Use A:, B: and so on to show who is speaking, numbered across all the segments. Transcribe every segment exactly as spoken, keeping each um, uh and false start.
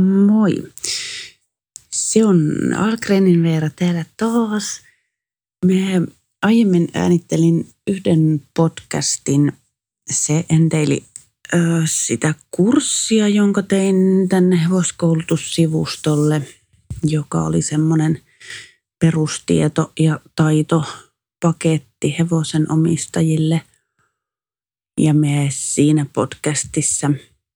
A: Moi. Se on Ahlgrenin Veera täällä taas. Me aiemmin äänittelin yhden podcastin. Se enteili ö, sitä kurssia, jonka tein tänne hevoskoulutussivustolle, joka oli semmoinen perustieto- ja taitopaketti hevosen omistajille. Ja me siinä podcastissa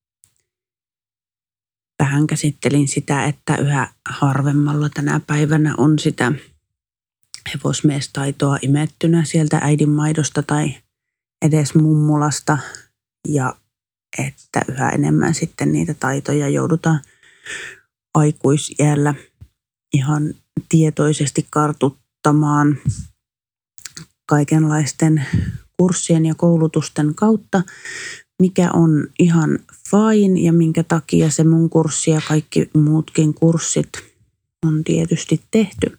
A: vähän käsittelin sitä, että yhä harvemmalla tänä päivänä on sitä hevosmiestaitoa imettynä sieltä äidinmaidosta tai edes mummulasta ja että yhä enemmän sitten niitä taitoja joudutaan aikuisiällä ihan tietoisesti kartuttamaan kaikenlaisten kurssien ja koulutusten kautta, mikä on ihan fine ja minkä takia se mun kurssi ja kaikki muutkin kurssit on tietysti tehty.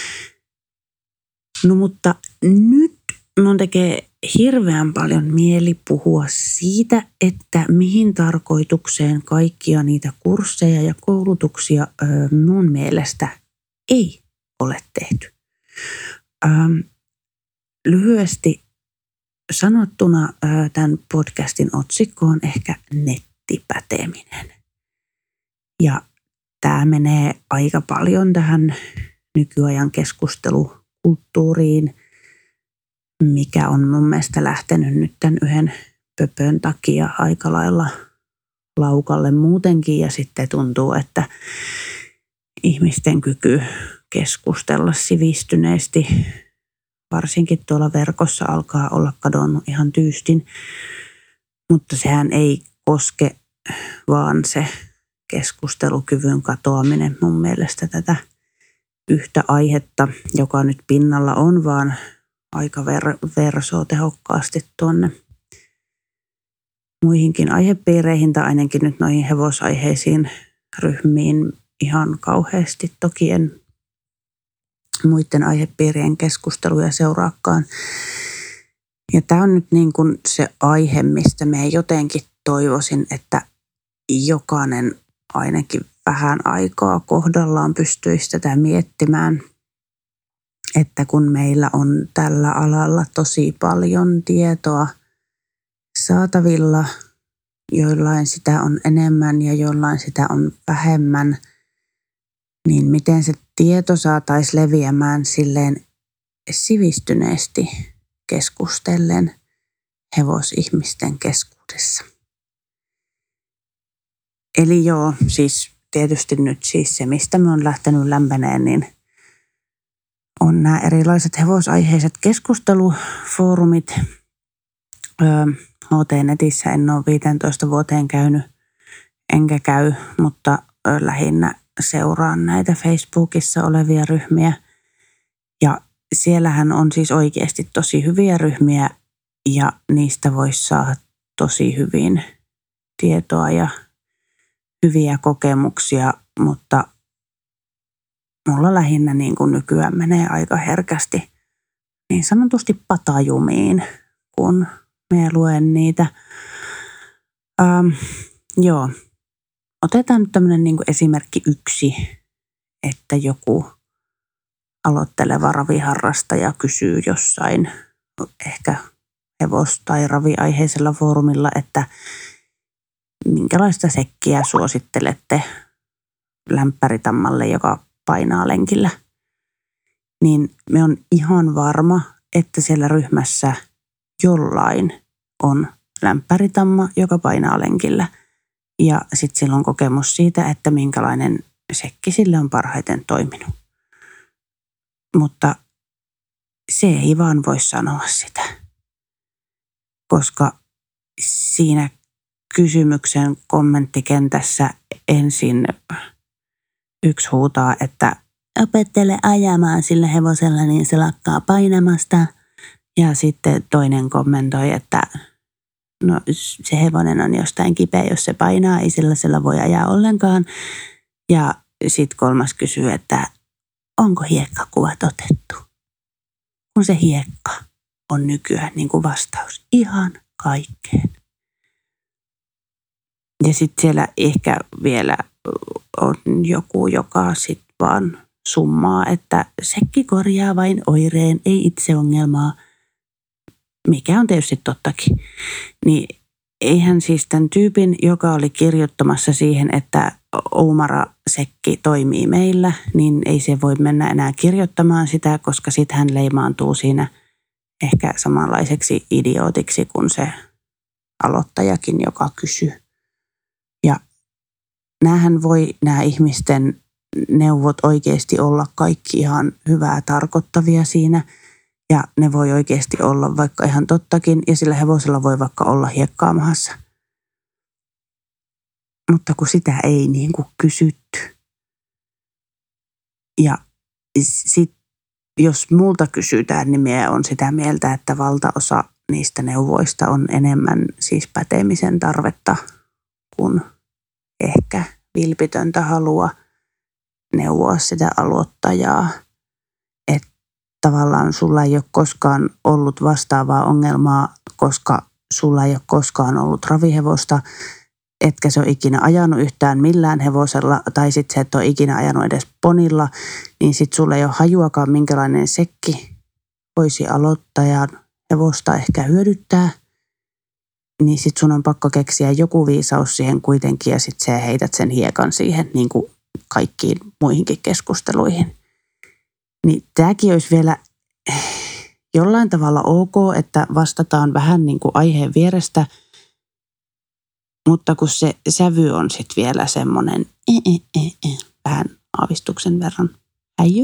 A: No mutta nyt mun tekee hirveän paljon mieli puhua siitä, että mihin tarkoitukseen kaikkia niitä kursseja ja koulutuksia mun mielestä ei ole tehty. Ähm, lyhyesti sanottuna tämän podcastin otsikko on ehkä nettipäteminen. Ja tämä menee aika paljon tähän nykyajan keskustelukulttuuriin, mikä on mun mielestä lähtenyt nyt tämän yhden pöpön takia aika lailla laukalle muutenkin. Ja sitten tuntuu, että ihmisten kyky keskustella sivistyneesti varsinkin tuolla verkossa alkaa olla kadonnut ihan tyystin, mutta sehän ei koske vaan se keskustelukyvyn katoaminen mun mielestä tätä yhtä aihetta, joka nyt pinnalla on, vaan aika ver- versoo tehokkaasti tuonne muihinkin aihepiireihin tai ainakin nyt noihin hevosaiheisiin ryhmiin ihan kauheasti. Toki en muiden aihepiirien keskusteluja seuraakaan. Ja tämä on nyt niin kuin se aihe, mistä me jotenkin toivoisin, että jokainen ainakin vähän aikaa kohdallaan pystyisi tätä miettimään, että kun meillä on tällä alalla tosi paljon tietoa saatavilla, joillain sitä on enemmän ja joillain sitä on vähemmän, niin miten se tieto saataisiin leviämään silleen sivistyneesti keskustellen hevosihmisten keskuudessa. Eli joo, siis tietysti nyt siis se, mistä me on lähtenyt lämpeneen, niin on nämä erilaiset hevosaiheiset keskustelufoorumit. Öö, H T-netissä en ole viisitoista vuoteen käynyt, enkä käy, mutta ö, lähinnä seuraan näitä Facebookissa olevia ryhmiä. Ja siellähän on siis oikeasti tosi hyviä ryhmiä ja niistä voisi saada tosi hyvin tietoa ja hyviä kokemuksia, mutta mulla lähinnä niin kuin nykyään menee aika herkästi niin sanotusti patajumiin, kun me luen niitä. Ähm, joo. Otetaan nyt tämmöinen niin kuin esimerkki yksi, että joku aloitteleva raviharrastaja kysyy jossain ehkä hevos- tai raviaiheisella foorumilla, että minkälaista sekkiä suosittelette lämpäritammalle, joka painaa lenkillä. Niin me on ihan varma, että siellä ryhmässä jollain on lämpäritamma, joka painaa lenkillä. Ja sitten sillä on kokemus siitä, että minkälainen sekki sille on parhaiten toiminut. Mutta se ei vaan voi sanoa sitä, koska siinä kysymyksen kommenttikentässä ensin yksi huutaa, että opettele ajamaan sillä hevosella, niin se lakkaa painamasta. Ja sitten toinen kommentoi, että no se hevonen on jostain kipeä, jos se painaa, ei sellaisella voi ajaa ollenkaan. Ja sitten kolmas kysyy, että onko hiekkakuvat otettu? Kun se hiekka on nykyään niin kuin vastaus ihan kaikkeen. Ja sitten siellä ehkä vielä on joku, joka sitten vaan summaa, että sekki korjaa vain oireen, ei itse ongelmaa, mikä on tietysti tottakin. Niin eihän siis tämän tyypin, joka oli kirjoittamassa siihen, että Oumara-sekki toimii meillä, niin ei se voi mennä enää kirjoittamaan sitä, koska sitten hän leimaantuu siinä ehkä samanlaiseksi idiootiksi kuin se aloittajakin, joka kysyy. Ja näähän voi nämä ihmisten neuvot oikeasti olla kaikki ihan hyvää tarkoittavia siinä. Ja ne voi oikeasti olla vaikka ihan tottakin, ja sillä hevosella voi vaikka olla hiekkaamahassa. Mutta kun sitä ei niin kuin kysytty. Ja sit, jos multa kysytään, niin minä on sitä mieltä, että valtaosa niistä neuvoista on enemmän siis pätemisen tarvetta kuin ehkä vilpitöntä halua neuvoa sitä aloittajaa. Että tavallaan sulla ei ole koskaan ollut vastaavaa ongelmaa, koska sulla ei ole koskaan ollut ravihevosta, etkä se ole ikinä ajanut yhtään millään hevosella, tai sitten se et ole ikinä ajanut edes ponilla, niin sitten sulla ei ole hajuakaan, minkälainen sekki voisi aloittajan hevosta ehkä hyödyttää. Niin sitten sun on pakko keksiä joku viisaus siihen kuitenkin, ja sitten sä heität sen hiekan siihen niin kuin kaikkiin muihinkin keskusteluihin. Niin tämäkin olisi vielä jollain tavalla ok, että vastataan vähän niin kuin aiheen vierestä, mutta kun se sävy on sitten vielä semmoinen e, e, e, e, vähän aavistuksen verran häijy,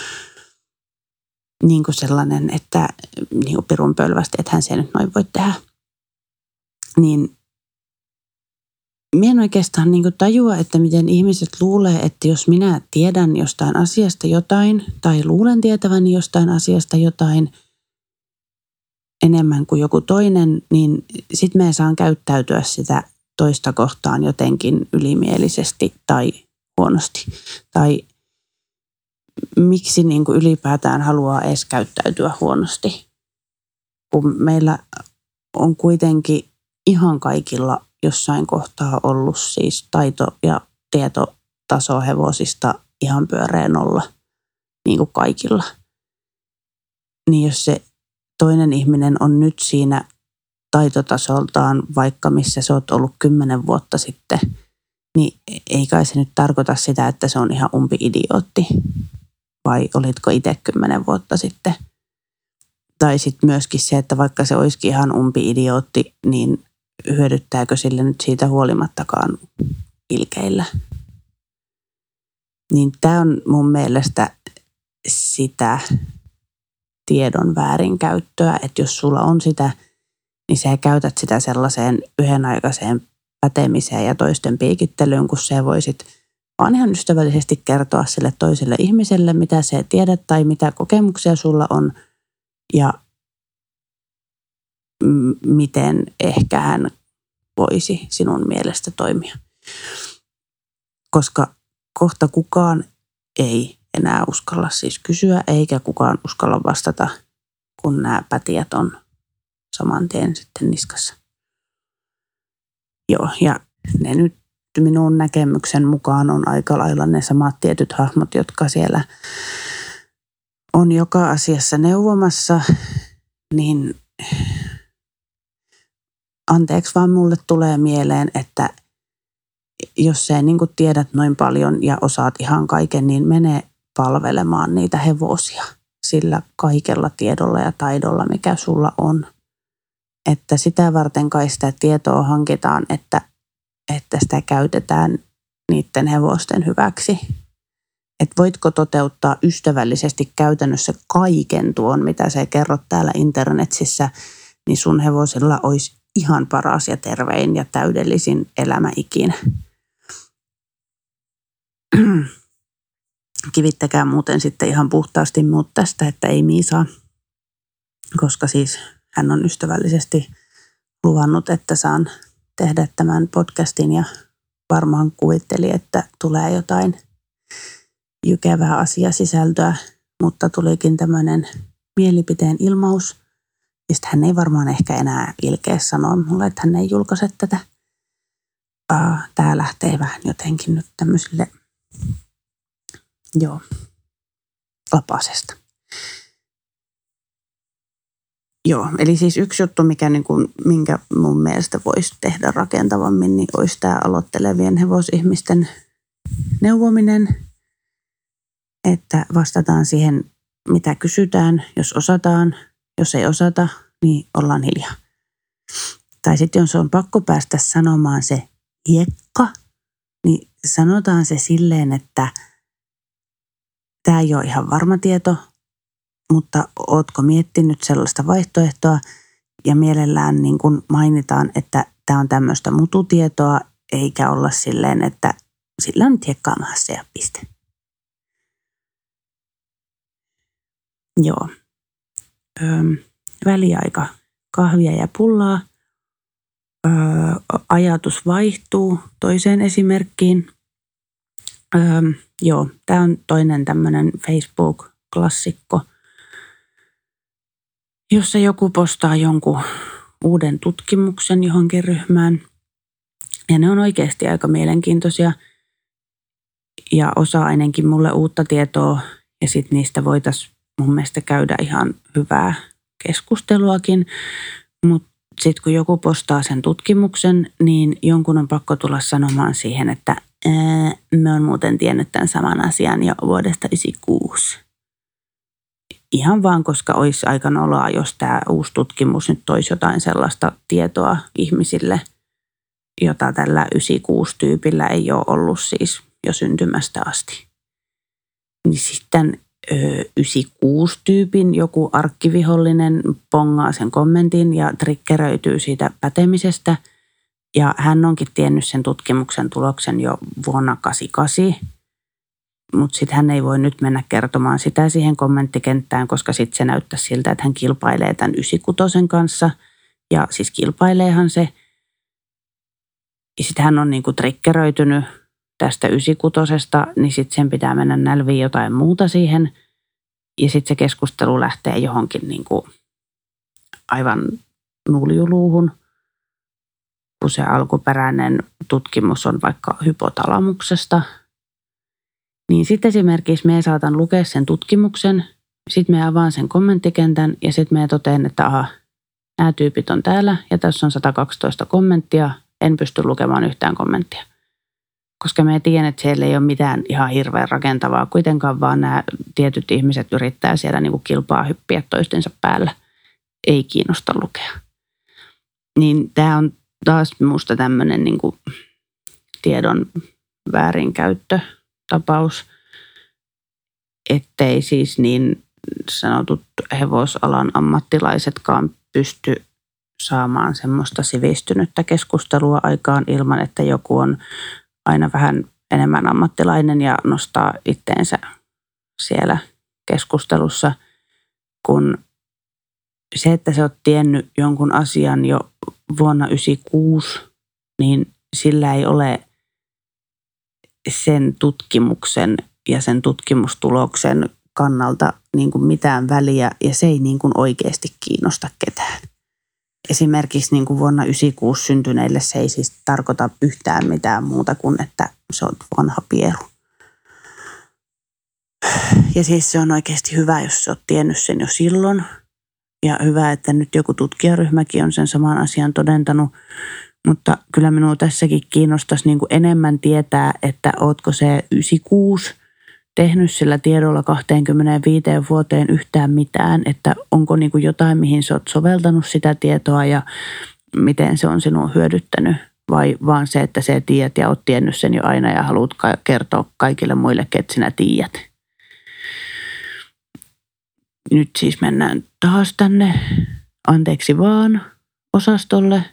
A: niin kuin sellainen, että niin kuin pirun pölvästi, ethän se nyt noin voi tehdä, niin minä en oikeastaan niin kuin tajua, että miten ihmiset luulee, että jos minä tiedän jostain asiasta jotain tai luulen tietäväni jostain asiasta jotain enemmän kuin joku toinen, niin sitten me saan käyttäytyä sitä toista kohtaan jotenkin ylimielisesti tai huonosti. Tai miksi niin kuin ylipäätään haluaa edes käyttäytyä huonosti, kun meillä on kuitenkin ihan kaikilla jossain kohtaa ollut siis taito- ja tietotaso hevosista ihan pyöreä nolla, niin kuin kaikilla. Niin jos se toinen ihminen on nyt siinä taitotasoltaan, vaikka missä sä oot ollut kymmenen vuotta sitten, niin ei kai se nyt tarkoita sitä, että se on ihan umpi-idiootti. Vai olitko itse kymmenen vuotta sitten? Tai sitten myöskin se, että vaikka se olisikin ihan umpi-idiootti, niin hyödyttääkö sille nyt siitä huolimattakaan ilkeillä. Niin tämä on mun mielestä sitä tiedon väärinkäyttöä, että jos sulla on sitä, niin sä käytät sitä sellaiseen yhdenaikaiseen pätemiseen ja toisten piikittelyyn, kun sä voisit vaan ihan ystävällisesti kertoa sille toiselle ihmiselle, mitä sä tiedät tai mitä kokemuksia sulla on ja m- miten ehkä hän voisi sinun mielestä toimia. Koska kohta kukaan ei enää uskalla siis kysyä, eikä kukaan uskalla vastata, kun nämä pätijät on saman tien sitten niskassa. Joo, ja ne nyt minun näkemyksen mukaan on aika lailla ne samat tietyt hahmot, jotka siellä on joka asiassa neuvomassa, niin anteeksi vaan mulle tulee mieleen, että jos sä niin kuin tiedät noin paljon ja osaat ihan kaiken, niin mene palvelemaan niitä hevosia sillä kaikella tiedolla ja taidolla, mikä sulla on. Että sitä varten kai sitä tietoa hankitaan, että, että sitä käytetään niiden hevosten hyväksi. Että voitko toteuttaa ystävällisesti käytännössä kaiken tuon, mitä sä kerrot täällä internetissä, niin sun hevosilla olisi ihan paras ja tervein ja täydellisin elämä ikinä. Kivittäkää muuten sitten ihan puhtaasti muut tästä, että ei Miisa, koska siis hän on ystävällisesti luvannut, että saan tehdä tämän podcastin ja varmaan kuvitteli, että tulee jotain jykevää asiasisältöä, mutta tulikin tämmöinen mielipiteen ilmaus. Ja sitten hän ei varmaan ehkä enää ilkeä sanoa mulle, että hän ei julkaise tätä. uh, tämä lähtee vähän jotenkin nyt tämmöisille, joo, lapasesta. Joo, eli siis yksi juttu, mikä niin kuin, minkä mun mielestä voisi tehdä rakentavammin, niin olisi tämä aloittelevien hevosihmisten neuvominen, että vastataan siihen, mitä kysytään, jos osataan. Jos ei osata, niin ollaan hiljaa. Tai sitten jos on pakko päästä sanomaan se hiekka, niin sanotaan se silleen, että tämä ei ole ihan varma tieto, mutta ootko miettinyt sellaista vaihtoehtoa, ja mielellään niin kuin mainitaan, että tämä on tämmöistä mututietoa, eikä olla silleen, että sillä on nyt hiekkaa mahassa ja piste. Joo. Öm, väliaika. Kahvia ja pullaa. Öö, ajatus vaihtuu toiseen esimerkkiin. Öö, joo, tämä on toinen tämmöinen Facebook-klassikko, jossa joku postaa jonkun uuden tutkimuksen johonkin ryhmään. Ja ne on oikeasti aika mielenkiintoisia ja osa ainakin mulle uutta tietoa, ja sitten niistä voitaisiin mun mielestä käydä ihan hyvää keskusteluakin. Mutta sitten kun joku postaa sen tutkimuksen, niin jonkun on pakko tulla sanomaan siihen, että ää, mä oon muuten tiennyt tämän saman asian jo vuodesta yhdeksänkymmentäkuusi. Ihan vaan, koska olisi aika noloa, jos tämä uusi tutkimus nyt toisi jotain sellaista tietoa ihmisille, jota tällä yhdeksänkymmentäkuusi-tyypillä ei ole ollut siis jo syntymästä asti. Niin sitten yhdeksänkymmentäkuusi-tyypin joku arkkivihollinen pongaa sen kommentin ja triggeröityy siitä pätemisestä. Ja hän onkin tiennyt sen tutkimuksen tuloksen jo vuonna kahdeksankymmentäkahdeksan. Mutta sitten hän ei voi nyt mennä kertomaan sitä siihen kommenttikenttään, koska sitten se näyttää siltä, että hän kilpailee tämän yhdeksänkymmentäkuusi kanssa. Ja siis kilpaileehan se. Ja sitten hän on niinku triggeröitynyt tästä yhdeksänkymmentäkuusi, niin sitten sen pitää mennä nälviin jotain muuta siihen. Ja sitten se keskustelu lähtee johonkin niinku aivan nuljuluuhun, kun se alkuperäinen tutkimus on vaikka hypotalamuksesta. Niin sitten esimerkiksi me saatan lukea sen tutkimuksen, sitten me avaan sen kommenttikentän ja sitten me totean, että aha, nämä tyypit on täällä ja tässä on sata kaksitoista kommenttia, en pysty lukemaan yhtään kommenttia. Koska me tiedän, että siellä ei ole mitään ihan hirveän rakentavaa kuitenkaan, vaan nämä tietyt ihmiset yrittää siellä niin kuin kilpaa hyppiä toistensa päällä. Ei kiinnosta lukea. Niin tämä on taas minusta tämmöinen niin kuin tiedon väärinkäyttötapaus, ettei siis niin sanotut hevosalan ammattilaisetkaan pysty saamaan semmoista sivistynyttä keskustelua aikaan ilman, että joku on aina vähän enemmän ammattilainen ja nostaa itteensä siellä keskustelussa, kun se, että sä oot tiennyt jonkun asian jo vuonna yhdeksänkymmentäkuusi, niin sillä ei ole sen tutkimuksen ja sen tutkimustuloksen kannalta niin kuin mitään väliä ja se ei niin kuin oikeasti kiinnosta ketään. Esimerkiksi niin kuin vuonna yhdeksänkymmentäkuusi syntyneille se ei siis tarkoita yhtään mitään muuta kuin, että se on vanha pieru. Ja siis se on oikeasti hyvä, jos sä oot tiennyt sen jo silloin. Ja hyvä, että nyt joku tutkijaryhmäkin on sen saman asian todentanut. Mutta kyllä minua tässäkin kiinnostaisi niin kuin enemmän tietää, että ootko se yhdeksänkymmentäkuusi tehnyt sillä tiedolla kaksikymmentäviisi vuoteen yhtään mitään, että onko niin kuin jotain, mihin sä oot soveltanut sitä tietoa ja miten se on sinua hyödyttänyt, vai vaan se, että sä tiedät ja oot tiennyt sen jo aina ja haluat kertoa kaikille muille, että sinä tiedät. Nyt siis mennään taas tänne anteeksi vaan osastolle,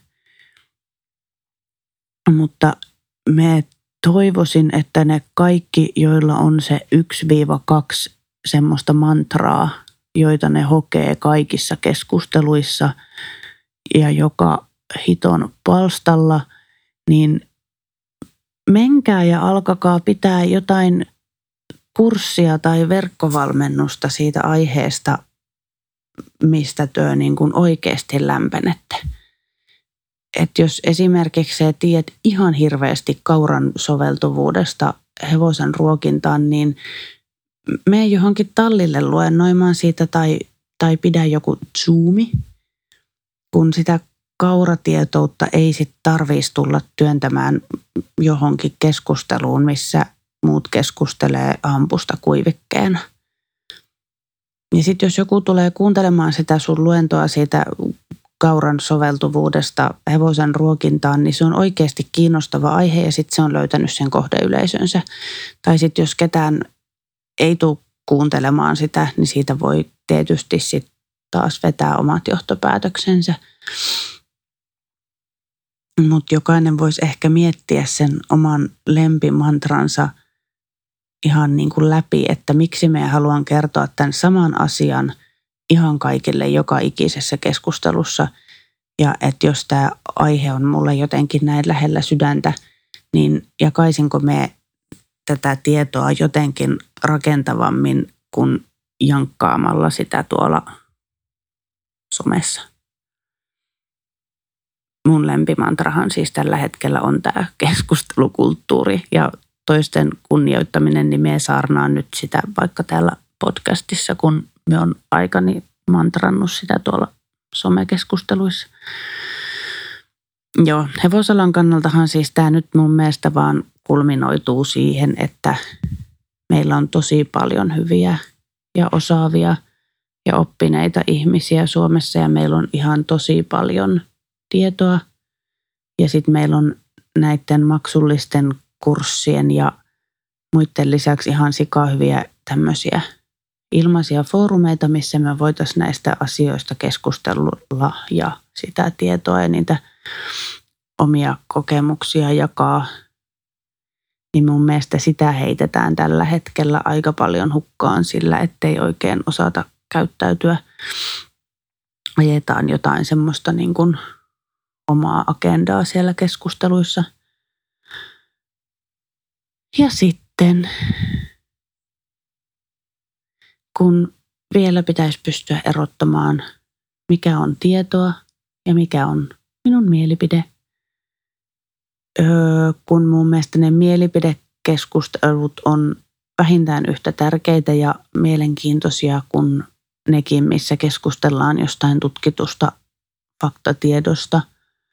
A: mutta me toivoisin, että ne kaikki, joilla on se yksi kaksi semmoista mantraa, joita ne hokee kaikissa keskusteluissa ja joka hiton palstalla, niin menkää ja alkakaa pitää jotain kurssia tai verkkovalmennusta siitä aiheesta, mistä työ niin kuin oikeasti lämpenette. että jos esimerkiksi sä tiedät ihan hirveästi kauran soveltuvuudesta hevosen ruokintaan, niin mene johonkin tallille luennoimaan siitä tai, tai pidä joku zoomi, kun sitä kauratietoutta ei sitten tarvitsisi tulla työntämään johonkin keskusteluun, missä muut keskustelee hampusta kuivikkeena. Ja sitten jos joku tulee kuuntelemaan sitä sun luentoa siitä kauran soveltuvuudesta hevosen ruokintaan, niin se on oikeasti kiinnostava aihe ja sitten se on löytänyt sen kohdeyleisönsä. Tai sitten jos ketään ei tule kuuntelemaan sitä, niin siitä voi tietysti sitten taas vetää omat johtopäätöksensä. Mutta jokainen voisi ehkä miettiä sen oman lempimantransa ihan niin kuin läpi, että miksi me haluan kertoa tämän saman asian ihan kaikille joka ikisessä keskustelussa. Ja että jos tämä aihe on mulle jotenkin näin lähellä sydäntä, niin jakaisinko me tätä tietoa jotenkin rakentavammin kuin jankkaamalla sitä tuolla somessa. Mun lempimantrahan siis tällä hetkellä on tämä keskustelukulttuuri ja toisten kunnioittaminen, niin me saarnaan nyt sitä vaikka täällä podcastissa, kun me on aikani mantrannut sitä tuolla somekeskusteluissa. Joo, hevosalan kannaltahan siis tämä nyt mun mielestä vaan kulminoituu siihen, että meillä on tosi paljon hyviä ja osaavia ja oppineita ihmisiä Suomessa ja meillä on ihan tosi paljon tietoa. Ja sitten meillä on näiden maksullisten kurssien ja muiden lisäksi ihan sikahyviä tämmöisiä ilmaisia foorumeita, missä me voitaisiin näistä asioista keskustella ja sitä tietoa ja niitä omia kokemuksia jakaa. Niin mun mielestä sitä heitetään tällä hetkellä aika paljon hukkaan sillä, ettei oikein osata käyttäytyä. Ajetaan jotain semmoista niin kuin omaa agendaa siellä keskusteluissa. Ja sitten, kun vielä pitäisi pystyä erottamaan, mikä on tietoa ja mikä on minun mielipide. Öö, kun mun mielestä ne mielipidekeskustelut on vähintään yhtä tärkeitä ja mielenkiintoisia kuin nekin, missä keskustellaan jostain tutkitusta faktatiedosta.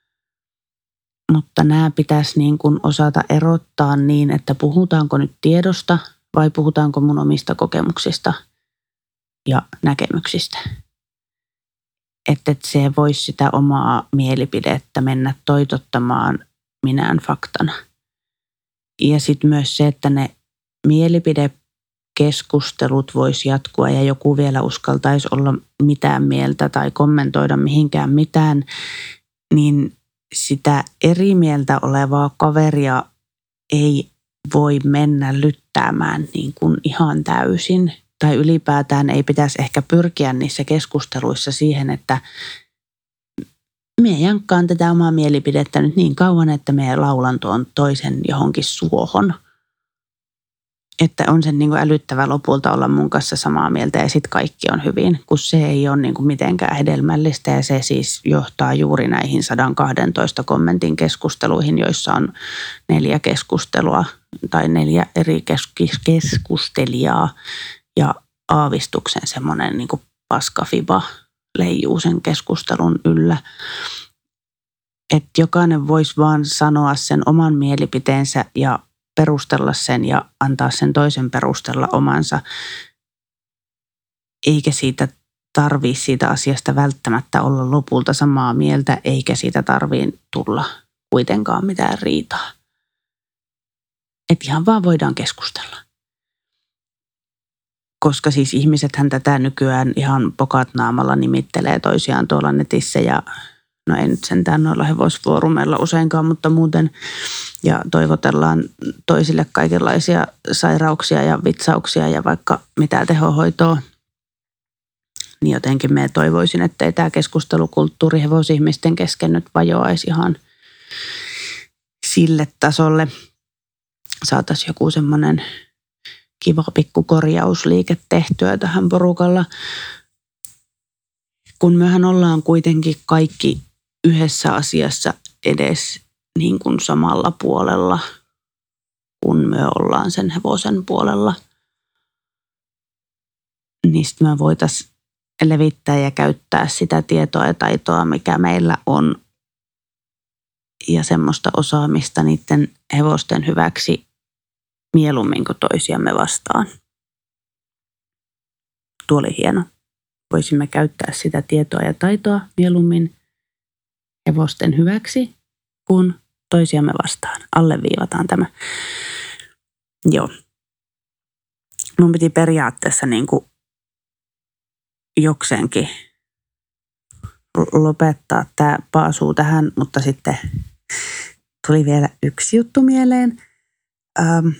A: Mutta nämä pitäisi niin kuin osata erottaa niin, että puhutaanko nyt tiedosta vai puhutaanko mun omista kokemuksista ja näkemyksistä. Että se voisi sitä omaa mielipidettä mennä toitottamaan minään faktana. Ja sitten myös se, että ne mielipidekeskustelut voisi jatkua ja joku vielä uskaltaisi olla mitään mieltä tai kommentoida mihinkään mitään, niin sitä eri mieltä olevaa kaveria ei voi mennä lyttäämään niin kuin ihan täysin. Tai ylipäätään ei pitäisi ehkä pyrkiä niissä keskusteluissa siihen, että minä jankkaan tätä omaa mielipidettä nyt niin kauan, että minä laulan tuon toisen johonkin suohon. Että on sen niin kuin älyttävä lopulta olla mun kanssa samaa mieltä ja sitten kaikki on hyvin, kun se ei ole niin kuin mitenkään hedelmällistä ja se siis johtaa juuri näihin sata kaksitoista kommentin keskusteluihin, joissa on neljä keskustelua tai neljä eri keskustelijaa ja aavistuksen semmoinen niin kuin paskafiba leijuu sen keskustelun yllä. Että jokainen voisi vaan sanoa sen oman mielipiteensä ja perustella sen ja antaa sen toisen perustella omansa, eikä siitä tarvitse siitä asiasta välttämättä olla lopulta samaa mieltä, eikä siitä tarvitse tulla kuitenkaan mitään riitaa. Että ihan vaan voidaan keskustella. Koska siis ihmisethän tätä nykyään ihan pokat naamalla nimittelee toisiaan tuolla netissä ja no ei nyt sentään noilla hevosfoorumeilla useinkaan, mutta muuten ja toivotellaan toisille kaikenlaisia sairauksia ja vitsauksia ja vaikka mitä tehohoitoa. Niin jotenkin me toivoisin, että ei tämä keskustelukulttuuri hevosihmisten kesken nyt vajoaisi ihan sille tasolle. Saataisiin joku semmoinen kiva pikku korjausliike tehtyä tähän porukalla. Kun mehän ollaan kuitenkin kaikki yhdessä asiassa edes niin kuin samalla puolella, kun me ollaan sen hevosen puolella. Niin sitten me voitaisiin levittää ja käyttää sitä tietoa ja taitoa, mikä meillä on, ja semmoista osaamista niiden hevosten hyväksi mieluummin kuin toisiamme vastaan. Tuo oli hieno. Voisimme käyttää sitä tietoa ja taitoa mieluummin hevosten hyväksi kuin toisiamme vastaan. Alleviivataan tämä. Joo. Mun piti periaatteessa niin kuin jokseenkin lopettaa tämä paasuu tähän, mutta sitten tuli vielä yksi juttu mieleen, ähm,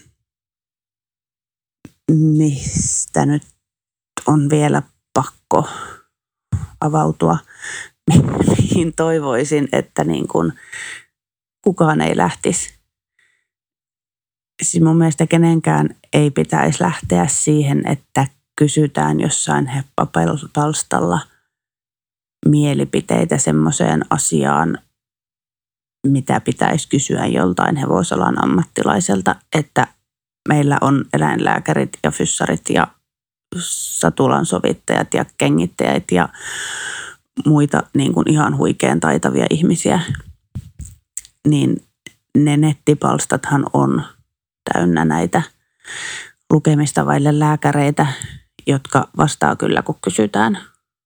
A: mistä nyt on vielä pakko avautua, mihin toivoisin, että niin kuin kukaan ei lähtisi. Siis mun mielestä kenenkään ei pitäisi lähteä siihen, että kysytään jossain heppapalstalla mielipiteitä semmoiseen asiaan, mitä pitäisi kysyä joltain hevosalan ammattilaiselta, että meillä on eläinlääkärit ja fyssarit ja satulansovittajat ja kengittäjät ja muita niin kuin ihan huikean taitavia ihmisiä, niin ne nettipalstathan on täynnä näitä lukemista vaille lääkäreitä, jotka vastaa kyllä, kun kysytään.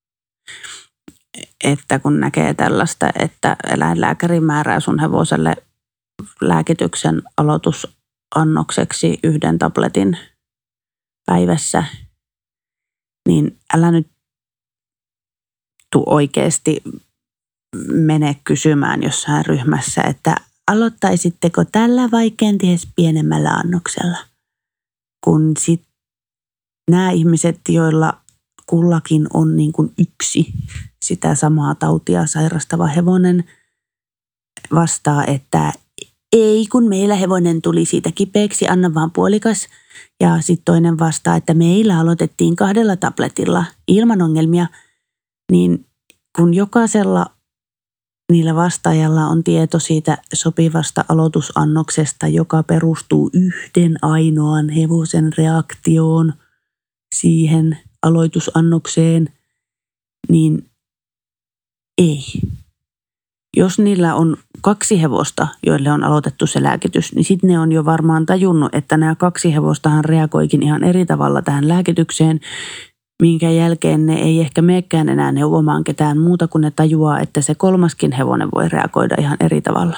A: Että kun näkee tällaista, että eläinlääkäri määrää sun hevoselle lääkityksen aloitusannokseksi yhden tabletin päivässä, niin älä nyt tuu oikeasti mene kysymään jossain ryhmässä, että aloittaisitteko tällä vai kenties pienemmällä annoksella. Kun sit nämä ihmiset, joilla kullakin on niin kuin yksi sitä samaa tautia sairastava hevonen, vastaa, että ei, kun meillä hevonen tuli siitä kipeäksi, anna vaan puolikas. Ja sitten toinen vastaa, että meillä aloitettiin kahdella tabletilla ilman ongelmia, niin kun jokaisella niillä vastaajalla on tieto siitä sopivasta aloitusannoksesta, joka perustuu yhden ainoan hevosen reaktioon siihen aloitusannokseen, niin ei. Jos niillä on kaksi hevosta, joille on aloitettu se lääkitys, niin sitten ne on jo varmaan tajunnut, että nämä kaksi hevostahan reagoikin ihan eri tavalla tähän lääkitykseen, minkä jälkeen ne ei ehkä meekään enää neuvomaan ketään muuta, kun ne tajuaa, että se kolmaskin hevonen voi reagoida ihan eri tavalla.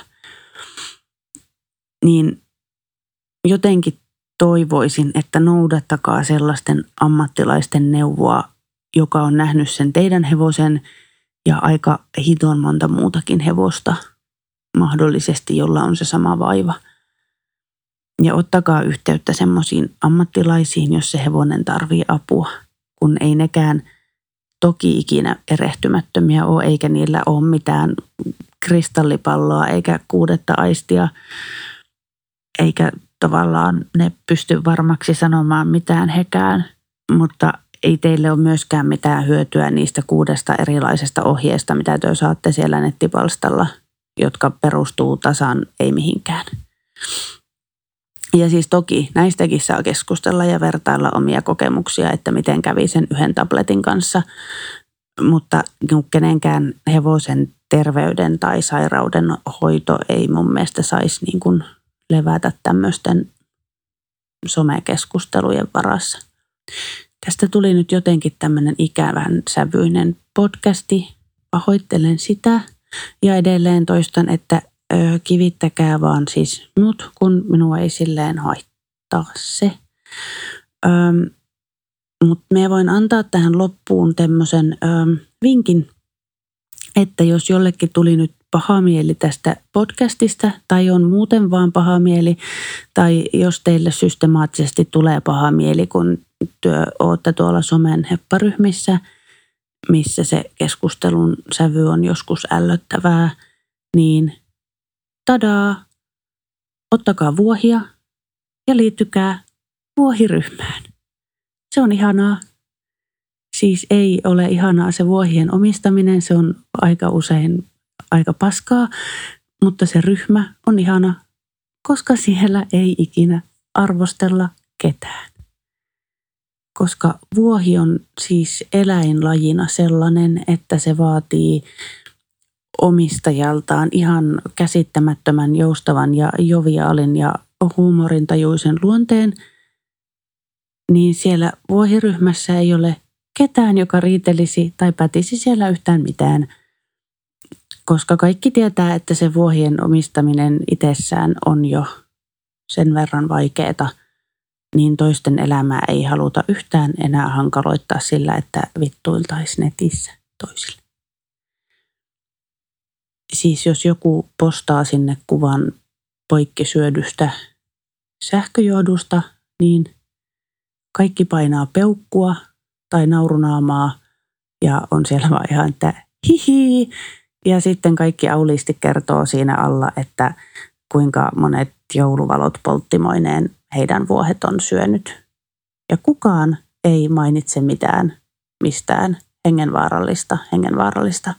A: Niin jotenkin toivoisin, että noudattakaa sellaisten ammattilaisten neuvoa, joka on nähnyt sen teidän hevosen ja aika hiton monta muutakin hevosta mahdollisesti, jolla on se sama vaiva. Ja ottakaa yhteyttä semmoisiin ammattilaisiin, jos se hevonen tarvii apua, kun ei nekään toki ikinä erehtymättömiä ole, eikä niillä ole mitään kristallipalloa eikä kuudetta aistia, eikä tavallaan ne pysty varmaksi sanomaan mitään hekään, mutta ei teille ole myöskään mitään hyötyä niistä kuudesta erilaisesta ohjeesta, mitä te saatte siellä nettipalstalla, jotka perustuu tasan ei mihinkään. Ja siis toki näistäkin saa keskustella ja vertailla omia kokemuksia, että miten kävi sen yhden tabletin kanssa, mutta kenenkään hevosen terveyden tai sairauden hoito ei mun mielestä saisi niin kuin levätä tämmöisten somekeskustelujen varassa. Tästä tuli nyt jotenkin tämmöinen ikävän sävyinen podcasti. Pahoittelen sitä ja edelleen toistan, että ö, kivittäkää vaan siis mut, kun minua ei silleen haittaa se. Mutta me voin antaa tähän loppuun tämmöisen vinkin, että jos jollekin tuli nyt paha mieli tästä podcastista tai on muuten vaan paha mieli tai jos teille systemaattisesti tulee paha mieli, kun työ ootte tuolla somen hepparyhmissä, missä se keskustelun sävy on joskus ällöttävää, niin tadaa, ottakaa vuohia ja liittykää vuohiryhmään. Se on ihanaa. Siis ei ole ihanaa se vuohien omistaminen, se on aika usein aika paskaa, Mutta se ryhmä on ihana, koska siellä ei ikinä arvostella ketään. Koska vuohi on siis eläinlajina sellainen, että se vaatii omistajaltaan ihan käsittämättömän joustavan ja joviaalin ja huumorintajuisen luonteen, niin siellä vuohiryhmässä ei ole ketään, joka riitelisi tai pätisi siellä yhtään mitään, koska kaikki tietää, että se vuohien omistaminen itsessään on jo sen verran vaikeaa, niin toisten elämää ei haluta yhtään enää hankaloittaa sillä, että vittuiltaisiin netissä toisille. Siis jos joku postaa sinne kuvan poikkisyödystä sähköjohdusta, niin kaikki painaa peukkua tai naurunaamaa ja on siellä vaan ihan, että hihi. Ja sitten kaikki auliisti kertoo siinä alla, että kuinka monet jouluvalot polttimoineen heidän vuohet on syönyt. Ja kukaan ei mainitse mitään mistään hengenvaarallista, hengenvaarallista.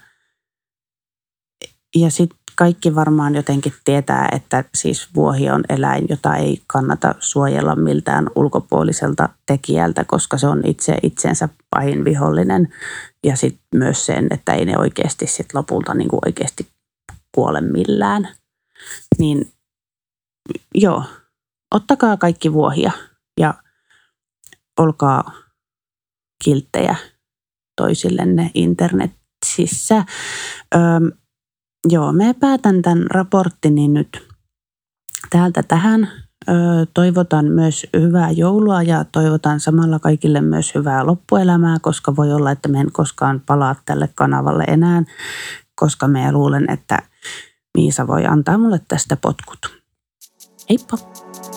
A: Ja sitten kaikki varmaan jotenkin tietää, että siis vuohi on eläin, jota ei kannata suojella miltään ulkopuoliselta tekijältä, koska se on itse itsensä pahin vihollinen. Ja sitten myös sen, että ei ne oikeasti sit lopulta niin kuin oikeasti kuole millään. Niin joo, ottakaa kaikki vuohia ja olkaa kilttejä toisillenne internetissä. Öm, Joo, me päätän tämän raporttini nyt täältä tähän. Öö, toivotan myös hyvää joulua ja toivotan samalla kaikille myös hyvää loppuelämää, koska voi olla, että me en koskaan palaa tälle kanavalle enää, koska me luulen, että Miisa voi antaa mulle tästä potkut. Heippa!